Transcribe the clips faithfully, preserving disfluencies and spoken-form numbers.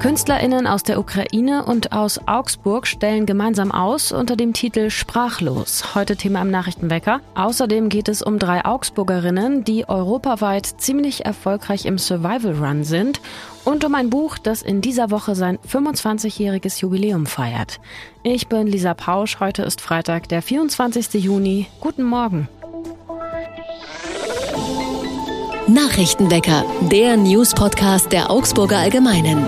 KünstlerInnen aus der Ukraine und aus Augsburg stellen gemeinsam aus unter dem Titel Sprachlos. Heute Thema im Nachrichtenwecker. Außerdem geht es um drei Augsburgerinnen, die europaweit ziemlich erfolgreich im Survival Run sind, und um ein Buch, das in dieser Woche sein fünfundzwanzigjähriges Jubiläum feiert. Ich bin Lisa Pausch. Heute ist Freitag, der vierundzwanzigsten Juni. Guten Morgen. Nachrichtenwecker, der News-Podcast der Augsburger Allgemeinen.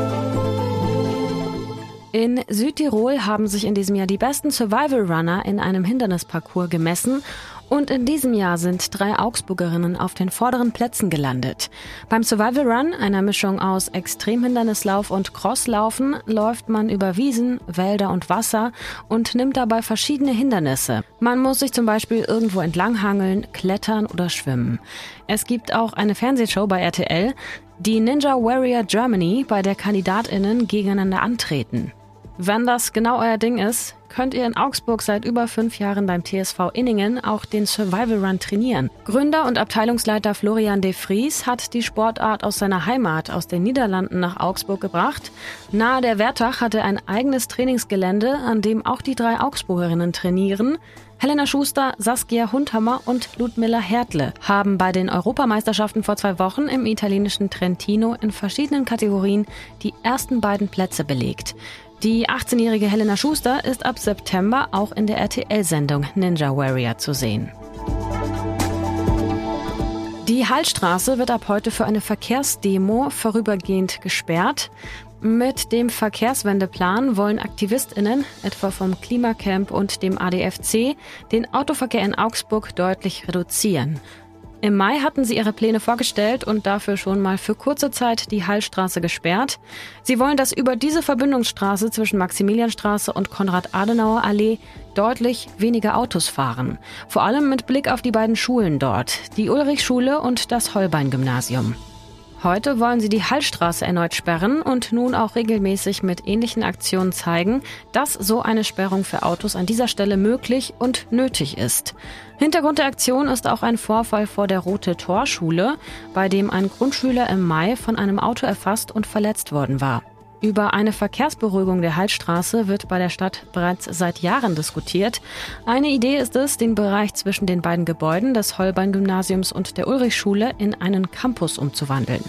In Südtirol haben sich in diesem Jahr die besten Survival-Runner in einem Hindernisparcours gemessen. Und in diesem Jahr sind drei Augsburgerinnen auf den vorderen Plätzen gelandet. Beim Survival Run, einer Mischung aus Extremhindernislauf und Crosslaufen, läuft man über Wiesen, Wälder und Wasser und nimmt dabei verschiedene Hindernisse. Man muss sich zum Beispiel irgendwo entlanghangeln, klettern oder schwimmen. Es gibt auch eine Fernsehshow bei R T L, die Ninja Warrior Germany, bei der KandidatInnen gegeneinander antreten. Wenn das genau euer Ding ist, könnt ihr in Augsburg seit über fünf Jahren beim T S V Inningen auch den Survival Run trainieren. Gründer und Abteilungsleiter Florian de Vries hat die Sportart aus seiner Heimat, aus den Niederlanden, nach Augsburg gebracht. Nahe der Wertach hat er ein eigenes Trainingsgelände, an dem auch die drei Augsburgerinnen trainieren. Helena Schuster, Saskia Hundhammer und Ludmilla Hertle haben bei den Europameisterschaften vor zwei Wochen im italienischen Trentino in verschiedenen Kategorien die ersten beiden Plätze belegt. Die achtzehnjährige Helena Schuster ist ab September auch in der R T L-Sendung Ninja Warrior zu sehen. Die Hallstraße wird ab heute für eine Verkehrsdemo vorübergehend gesperrt. Mit dem Verkehrswendeplan wollen AktivistInnen, etwa vom Klimacamp und dem A D F C, den Autoverkehr in Augsburg deutlich reduzieren. Im Mai hatten sie ihre Pläne vorgestellt und dafür schon mal für kurze Zeit die Hallstraße gesperrt. Sie wollen, dass über diese Verbindungsstraße zwischen Maximilianstraße und Konrad-Adenauer-Allee deutlich weniger Autos fahren. Vor allem mit Blick auf die beiden Schulen dort, die Ulrichschule und das Holbein-Gymnasium. Heute wollen sie die Hallstraße erneut sperren und nun auch regelmäßig mit ähnlichen Aktionen zeigen, dass so eine Sperrung für Autos an dieser Stelle möglich und nötig ist. Hintergrund der Aktion ist auch ein Vorfall vor der Rote-Tor-Schule, bei dem ein Grundschüler im Mai von einem Auto erfasst und verletzt worden war. Über eine Verkehrsberuhigung der Hallstraße wird bei der Stadt bereits seit Jahren diskutiert. Eine Idee ist es, den Bereich zwischen den beiden Gebäuden des Holbein-Gymnasiums und der Ulrichschule in einen Campus umzuwandeln.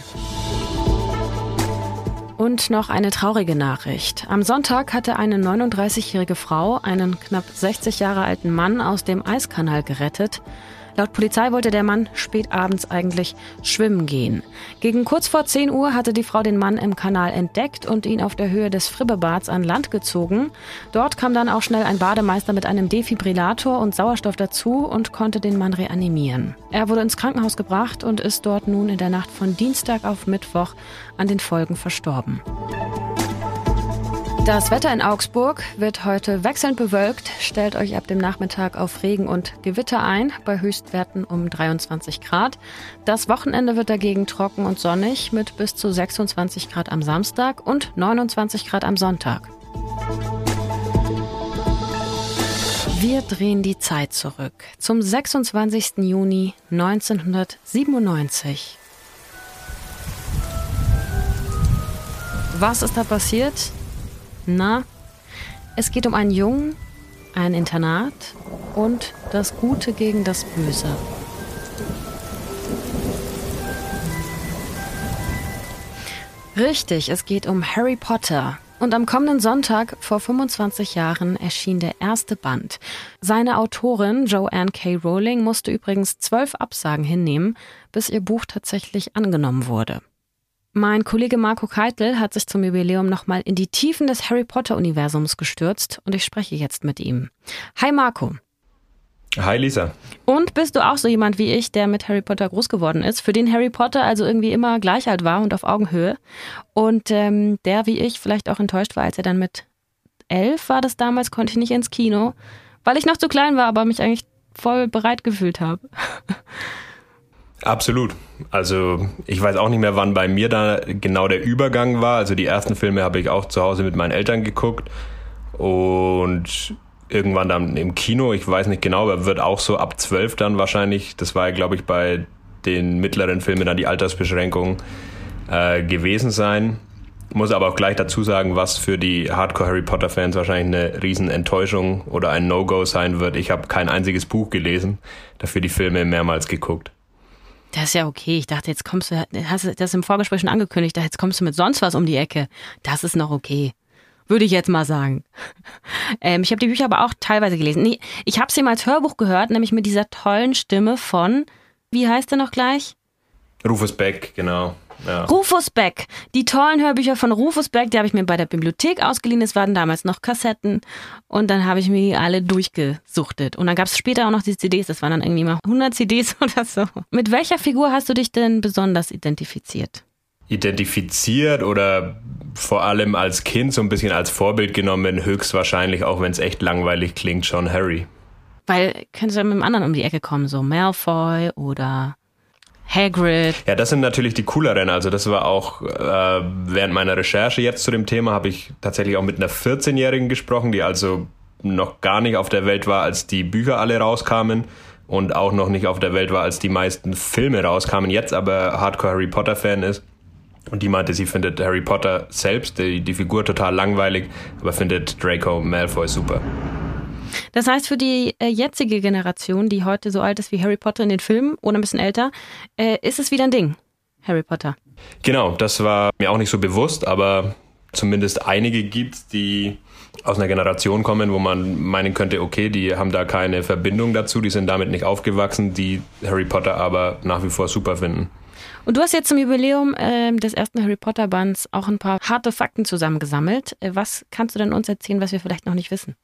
Und noch eine traurige Nachricht. Am Sonntag hatte eine neununddreißigjährige Frau einen knapp sechzig Jahre alten Mann aus dem Eiskanal gerettet. Laut Polizei wollte der Mann spät abends eigentlich schwimmen gehen. Gegen kurz vor zehn Uhr hatte die Frau den Mann im Kanal entdeckt und ihn auf der Höhe des Fribbebads an Land gezogen. Dort kam dann auch schnell ein Bademeister mit einem Defibrillator und Sauerstoff dazu und konnte den Mann reanimieren. Er wurde ins Krankenhaus gebracht und ist dort nun in der Nacht von Dienstag auf Mittwoch an den Folgen verstorben. Das Wetter in Augsburg wird heute wechselnd bewölkt. Stellt euch ab dem Nachmittag auf Regen und Gewitter ein, bei Höchstwerten um dreiundzwanzig Grad. Das Wochenende wird dagegen trocken und sonnig mit bis zu sechsundzwanzig Grad am Samstag und neunundzwanzig Grad am Sonntag. Wir drehen die Zeit zurück zum sechsundzwanzigsten Juni neunzehnhundertsiebenundneunzig. Was ist da passiert? Na, es geht um einen Jungen, ein Internat und das Gute gegen das Böse. Richtig, es geht um Harry Potter. Und am kommenden Sonntag vor fünfundzwanzig Jahren erschien der erste Band. Seine Autorin Joanne K. Rowling musste übrigens zwölf Absagen hinnehmen, bis ihr Buch tatsächlich angenommen wurde. Mein Kollege Marco Keitel hat sich zum Jubiläum nochmal in die Tiefen des Harry-Potter-Universums gestürzt und ich spreche jetzt mit ihm. Hi Marco. Hi Lisa. Und bist du auch so jemand wie ich, der mit Harry Potter groß geworden ist, für den Harry Potter also irgendwie immer gleich alt war und auf Augenhöhe und ähm, der wie ich vielleicht auch enttäuscht war, als er dann mit elf war das damals, konnte ich nicht ins Kino, weil ich noch zu klein war, aber mich eigentlich voll bereit gefühlt habe. Absolut. Also ich weiß auch nicht mehr, wann bei mir da genau der Übergang war. Also die ersten Filme habe ich auch zu Hause mit meinen Eltern geguckt und irgendwann dann im Kino, ich weiß nicht genau, aber wird auch so ab zwölf dann wahrscheinlich. Das war ja, glaube ich, bei den mittleren Filmen dann die Altersbeschränkung äh, gewesen sein. Muss aber auch gleich dazu sagen, was für die Hardcore-Harry Potter-Fans wahrscheinlich eine riesen Enttäuschung oder ein No-Go sein wird. Ich habe kein einziges Buch gelesen, dafür die Filme mehrmals geguckt. Das ist ja okay. Ich dachte, jetzt kommst du, hast du das im Vorgespräch schon angekündigt, dachte, jetzt kommst du mit sonst was um die Ecke. Das ist noch okay. Würde ich jetzt mal sagen. Ähm, ich habe die Bücher aber auch teilweise gelesen. Nee, ich habe sie mal als Hörbuch gehört, nämlich mit dieser tollen Stimme von, wie heißt der noch gleich? Rufus Beck, genau. Ja. Rufus Beck. Die tollen Hörbücher von Rufus Beck, die habe ich mir bei der Bibliothek ausgeliehen. Es waren damals noch Kassetten. Und dann habe ich mir die alle durchgesuchtet. Und dann gab es später auch noch die C Ds. Das waren dann irgendwie mal hundert C Ds oder so. Mit welcher Figur hast du dich denn besonders identifiziert? Identifiziert oder vor allem als Kind so ein bisschen als Vorbild genommen, höchstwahrscheinlich, auch wenn es echt langweilig klingt, schon Harry. Weil, könntest du ja mit dem anderen um die Ecke kommen, so Malfoy oder Hagrid. Ja, das sind natürlich die cooleren. Also das war auch äh, während meiner Recherche jetzt zu dem Thema, habe ich tatsächlich auch mit einer vierzehnjährigen gesprochen, die also noch gar nicht auf der Welt war, als die Bücher alle rauskamen und auch noch nicht auf der Welt war, als die meisten Filme rauskamen, jetzt aber Hardcore Harry Potter Fan ist. Und die meinte, sie findet Harry Potter selbst, die, die Figur total langweilig, aber findet Draco Malfoy super. Das heißt, für die äh, jetzige Generation, die heute so alt ist wie Harry Potter in den Filmen oder ein bisschen älter, äh, ist es wieder ein Ding, Harry Potter. Genau, das war mir auch nicht so bewusst, aber zumindest einige gibt's, die aus einer Generation kommen, wo man meinen könnte, okay, die haben da keine Verbindung dazu, die sind damit nicht aufgewachsen, die Harry Potter aber nach wie vor super finden. Und du hast jetzt zum Jubiläum äh, des ersten Harry Potter Bands auch ein paar harte Fakten zusammengesammelt. Äh, was kannst du denn uns erzählen, was wir vielleicht noch nicht wissen?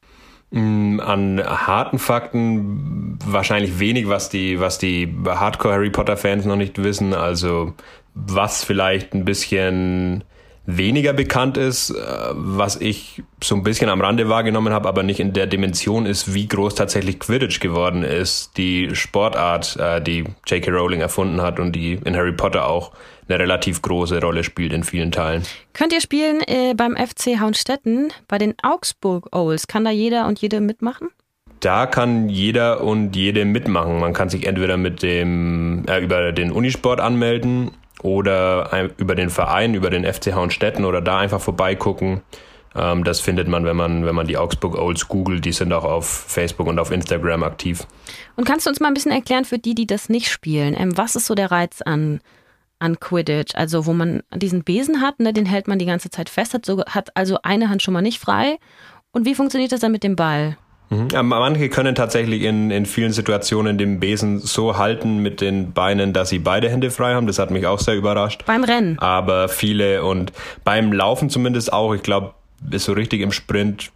An harten Fakten wahrscheinlich wenig, was die, was die Hardcore-Harry Potter-Fans noch nicht wissen. Also was vielleicht ein bisschen weniger bekannt ist, was ich so ein bisschen am Rande wahrgenommen habe, aber nicht in der Dimension ist, wie groß tatsächlich Quidditch geworden ist. Die Sportart, die J K Rowling erfunden hat und die in Harry Potter auch eine relativ große Rolle spielt in vielen Teilen. Könnt ihr spielen äh, beim F C Hauenstetten, bei den Augsburg Owls? Kann da jeder und jede mitmachen? Da kann jeder und jede mitmachen. Man kann sich entweder mit dem äh, über den Unisport anmelden oder ein, über den Verein, über den F C Hauenstetten oder da einfach vorbeigucken. Ähm, das findet man, wenn man, wenn man die Augsburg Owls googelt. Die sind auch auf Facebook und auf Instagram aktiv. Und kannst du uns mal ein bisschen erklären für die, die das nicht spielen, ähm, was ist so der Reiz an an Quidditch, also wo man diesen Besen hat, ne, den hält man die ganze Zeit fest, hat, so, hat also eine Hand schon mal nicht frei. Und wie funktioniert das dann mit dem Ball? Mhm. Ja, manche können tatsächlich in, in vielen Situationen den Besen so halten mit den Beinen, dass sie beide Hände frei haben. Das hat mich auch sehr überrascht. Beim Rennen? Aber viele und beim Laufen zumindest auch, ich glaube, ist so richtig im Sprint,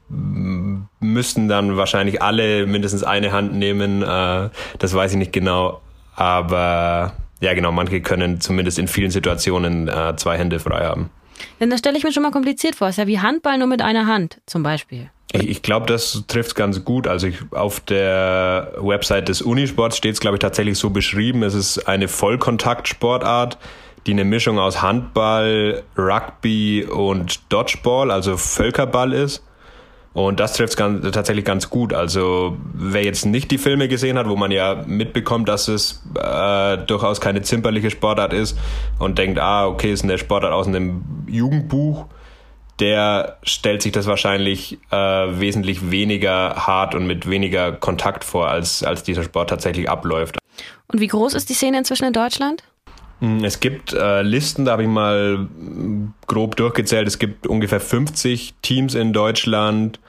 müssten dann wahrscheinlich alle mindestens eine Hand nehmen. Äh, das weiß ich nicht genau, aber ja, genau, manche können zumindest in vielen Situationen äh, zwei Hände frei haben. Denn das stelle ich mir schon mal kompliziert vor. Ist ja wie Handball, nur mit einer Hand zum Beispiel. Ich, ich glaube, das trifft ganz gut. Also ich, auf der Website des Unisports steht es, glaube ich, tatsächlich so beschrieben. Es ist eine Vollkontaktsportart, die eine Mischung aus Handball, Rugby und Dodgeball, also Völkerball ist. Und das trifft es tatsächlich ganz gut. Also wer jetzt nicht die Filme gesehen hat, wo man ja mitbekommt, dass es äh, durchaus keine zimperliche Sportart ist und denkt, ah, okay, ist eine Sportart aus einem Jugendbuch, der stellt sich das wahrscheinlich äh, wesentlich weniger hart und mit weniger Kontakt vor, als, als dieser Sport tatsächlich abläuft. Und wie groß ist die Szene inzwischen in Deutschland? Es gibt äh, Listen, da habe ich mal grob durchgezählt, es gibt ungefähr fünfzig Teams in Deutschland,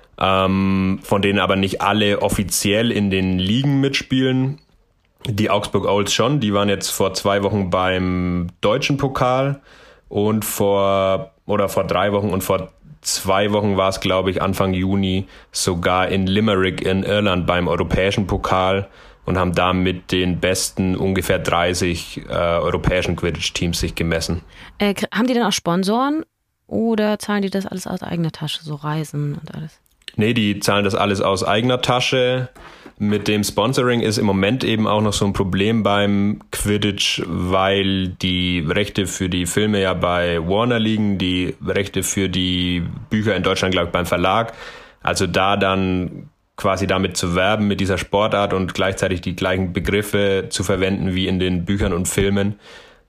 ähm, von denen aber nicht alle offiziell in den Ligen mitspielen. Die Augsburg Owls schon, die waren jetzt vor zwei Wochen beim Deutschen Pokal und vor oder vor drei Wochen und vor zwei Wochen war es, glaube ich, Anfang Juni sogar in Limerick in Irland beim Europäischen Pokal. Und haben da mit den besten ungefähr dreißig äh, europäischen Quidditch-Teams sich gemessen. Äh, haben die denn auch Sponsoren oder zahlen die das alles aus eigener Tasche, so Reisen und alles? Nee, die zahlen das alles aus eigener Tasche. Mit dem Sponsoring ist im Moment eben auch noch so ein Problem beim Quidditch, weil die Rechte für die Filme ja bei Warner liegen, die Rechte für die Bücher in Deutschland, glaube ich, beim Verlag. Also da dann quasi damit zu werben, mit dieser Sportart und gleichzeitig die gleichen Begriffe zu verwenden wie in den Büchern und Filmen,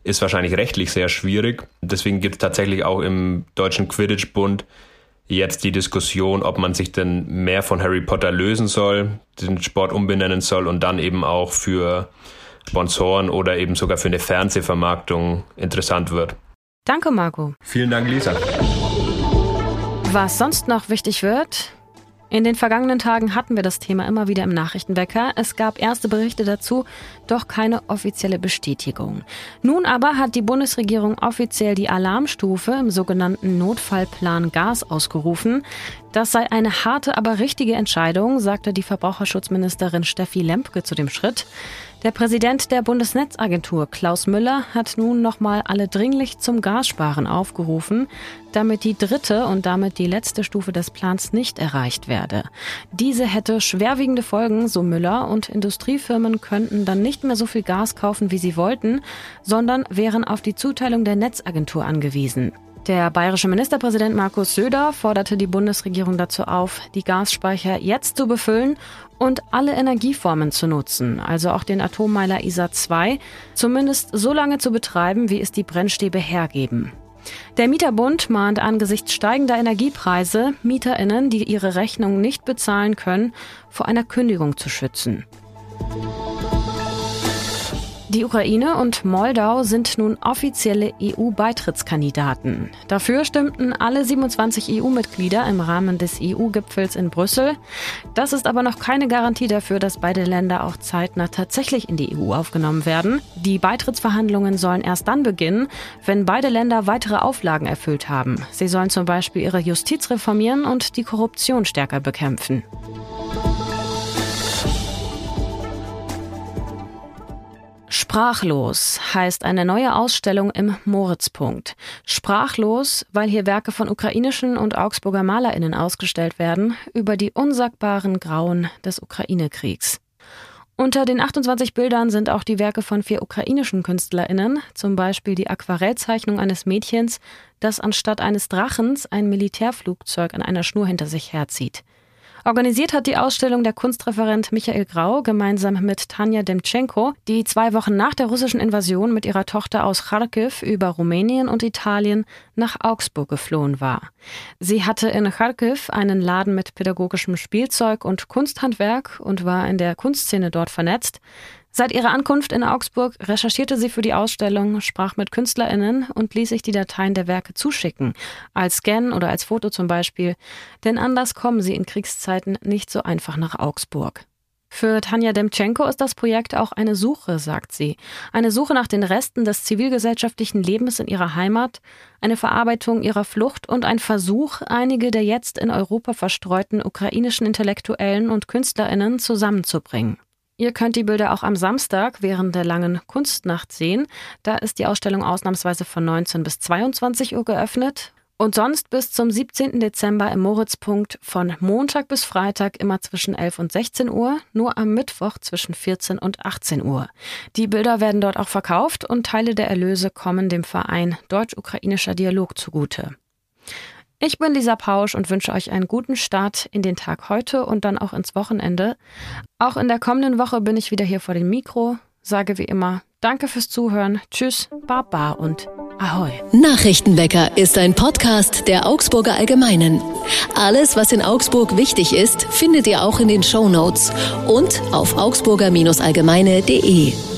ist wahrscheinlich rechtlich sehr schwierig. Deswegen gibt es tatsächlich auch im Deutschen Quidditch-Bund jetzt die Diskussion, ob man sich denn mehr von Harry Potter lösen soll, den Sport umbenennen soll und dann eben auch für Sponsoren oder eben sogar für eine Fernsehvermarktung interessant wird. Danke, Marco. Vielen Dank, Lisa. Was sonst noch wichtig wird? In den vergangenen Tagen hatten wir das Thema immer wieder im Nachrichtenwecker. Es gab erste Berichte dazu, doch keine offizielle Bestätigung. Nun aber hat die Bundesregierung offiziell die Alarmstufe im sogenannten Notfallplan Gas ausgerufen. Das sei eine harte, aber richtige Entscheidung, sagte die Verbraucherschutzministerin Steffi Lemke zu dem Schritt. Der Präsident der Bundesnetzagentur, Klaus Müller, hat nun nochmal alle dringlich zum Gassparen aufgerufen, damit die dritte und damit die letzte Stufe des Plans nicht erreicht werde. Diese hätte schwerwiegende Folgen, so Müller, und Industriefirmen könnten dann nicht mehr so viel Gas kaufen, wie sie wollten, sondern wären auf die Zuteilung der Netzagentur angewiesen. Der bayerische Ministerpräsident Markus Söder forderte die Bundesregierung dazu auf, die Gasspeicher jetzt zu befüllen und alle Energieformen zu nutzen, also auch den Atommeiler I S A zwei, zumindest so lange zu betreiben, wie es die Brennstäbe hergeben. Der Mieterbund mahnt angesichts steigender Energiepreise MieterInnen, die ihre Rechnung nicht bezahlen können, vor einer Kündigung zu schützen. Die Ukraine und Moldau sind nun offizielle E U-Beitrittskandidaten. Dafür stimmten alle siebenundzwanzig E U-Mitglieder im Rahmen des E U-Gipfels in Brüssel. Das ist aber noch keine Garantie dafür, dass beide Länder auch zeitnah tatsächlich in die E U aufgenommen werden. Die Beitrittsverhandlungen sollen erst dann beginnen, wenn beide Länder weitere Auflagen erfüllt haben. Sie sollen zum Beispiel ihre Justiz reformieren und die Korruption stärker bekämpfen. Sprachlos heißt eine neue Ausstellung im Moritzpunkt. Sprachlos, weil hier Werke von ukrainischen und Augsburger MalerInnen ausgestellt werden über die unsagbaren Grauen des Ukraine-Kriegs. Unter den achtundzwanzig Bildern sind auch die Werke von vier ukrainischen KünstlerInnen, zum Beispiel die Aquarellzeichnung eines Mädchens, das anstatt eines Drachens ein Militärflugzeug an einer Schnur hinter sich herzieht. Organisiert hat die Ausstellung der Kunstreferent Michael Grau gemeinsam mit Tanja Demtschenko, die zwei Wochen nach der russischen Invasion mit ihrer Tochter aus Charkiw über Rumänien und Italien nach Augsburg geflohen war. Sie hatte in Charkiw einen Laden mit pädagogischem Spielzeug und Kunsthandwerk und war in der Kunstszene dort vernetzt. Seit ihrer Ankunft in Augsburg recherchierte sie für die Ausstellung, sprach mit KünstlerInnen und ließ sich die Dateien der Werke zuschicken, als Scan oder als Foto zum Beispiel, denn anders kommen sie in Kriegszeiten nicht so einfach nach Augsburg. Für Tanja Demtschenko ist das Projekt auch eine Suche, sagt sie. Eine Suche nach den Resten des zivilgesellschaftlichen Lebens in ihrer Heimat, eine Verarbeitung ihrer Flucht und ein Versuch, einige der jetzt in Europa verstreuten ukrainischen Intellektuellen und KünstlerInnen zusammenzubringen. Ihr könnt die Bilder auch am Samstag während der langen Kunstnacht sehen. Da ist die Ausstellung ausnahmsweise von neunzehn bis zweiundzwanzig Uhr geöffnet. Und sonst bis zum siebzehnten Dezember im Moritzpunkt von Montag bis Freitag immer zwischen elf und sechzehn Uhr, nur am Mittwoch zwischen vierzehn und achtzehn Uhr. Die Bilder werden dort auch verkauft und Teile der Erlöse kommen dem Verein Deutsch-Ukrainischer Dialog zugute. Ich bin Lisa Pausch und wünsche euch einen guten Start in den Tag heute und dann auch ins Wochenende. Auch in der kommenden Woche bin ich wieder hier vor dem Mikro. Sage wie immer, danke fürs Zuhören, tschüss, baba und ahoi. Nachrichtenwecker ist ein Podcast der Augsburger Allgemeinen. Alles, was in Augsburg wichtig ist, findet ihr auch in den Shownotes und auf augsburger Bindestrich allgemeine punkt de.